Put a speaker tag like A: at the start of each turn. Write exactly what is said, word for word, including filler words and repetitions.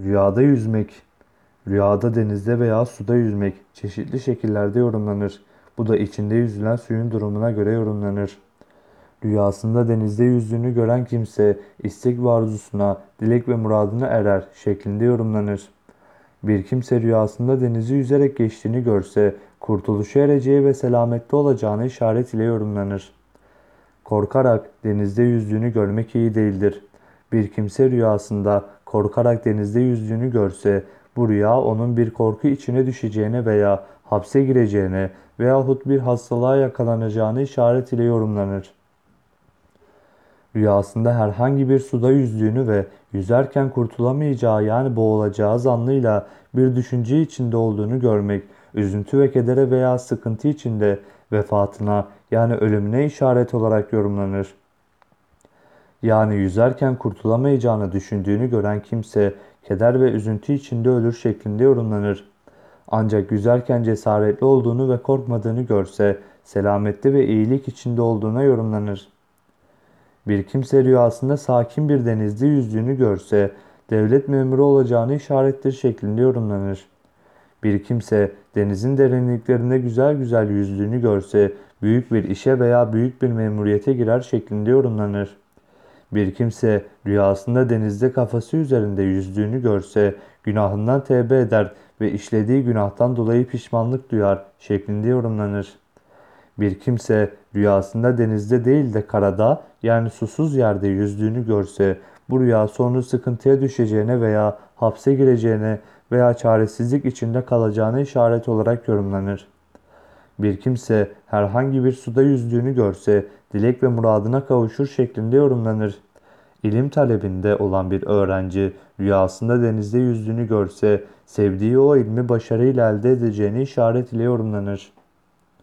A: Rüyada yüzmek, rüyada denizde veya suda yüzmek çeşitli şekillerde yorumlanır. Bu da içinde yüzülen suyun durumuna göre yorumlanır. Rüyasında denizde yüzdüğünü gören kimse istek ve arzusuna, dilek ve muradına erer şeklinde yorumlanır. Bir kimse rüyasında denizi yüzerek geçtiğini görse kurtuluşa ereceği ve selamette olacağını işaret ile yorumlanır. Korkarak denizde yüzdüğünü görmek iyi değildir. Bir kimse rüyasında korkarak denizde yüzdüğünü görse, bu rüya onun bir korku içine düşeceğine veya hapse gireceğine veyahut bir hastalığa yakalanacağını işaret ile yorumlanır. Rüyasında herhangi bir suda yüzdüğünü ve yüzerken kurtulamayacağı yani boğulacağı zannıyla bir düşünce içinde olduğunu görmek, üzüntü ve kedere veya sıkıntı içinde vefatına yani ölümüne işaret olarak yorumlanır. Yani yüzerken kurtulamayacağını düşündüğünü gören kimse keder ve üzüntü içinde ölür şeklinde yorumlanır. Ancak yüzerken cesaretli olduğunu ve korkmadığını görse selamette ve iyilik içinde olduğuna yorumlanır. Bir kimse rüyasında sakin bir denizde yüzdüğünü görse devlet memuru olacağını işarettir şeklinde yorumlanır. Bir kimse denizin derinliklerinde güzel güzel yüzdüğünü görse büyük bir işe veya büyük bir memuriyete girer şeklinde yorumlanır. Bir kimse rüyasında denizde kafası üzerinde yüzdüğünü görse günahından tevbe eder ve işlediği günahtan dolayı pişmanlık duyar şeklinde yorumlanır. Bir kimse rüyasında denizde değil de karada yani susuz yerde yüzdüğünü görse bu rüya sonu sıkıntıya düşeceğine veya hapse gireceğine veya çaresizlik içinde kalacağına işaret olarak yorumlanır. Bir kimse herhangi bir suda yüzdüğünü görse dilek ve muradına kavuşur şeklinde yorumlanır. İlim talebinde olan bir öğrenci rüyasında denizde yüzdüğünü görse sevdiği o ilmi başarıyla elde edeceğini işaret ile yorumlanır.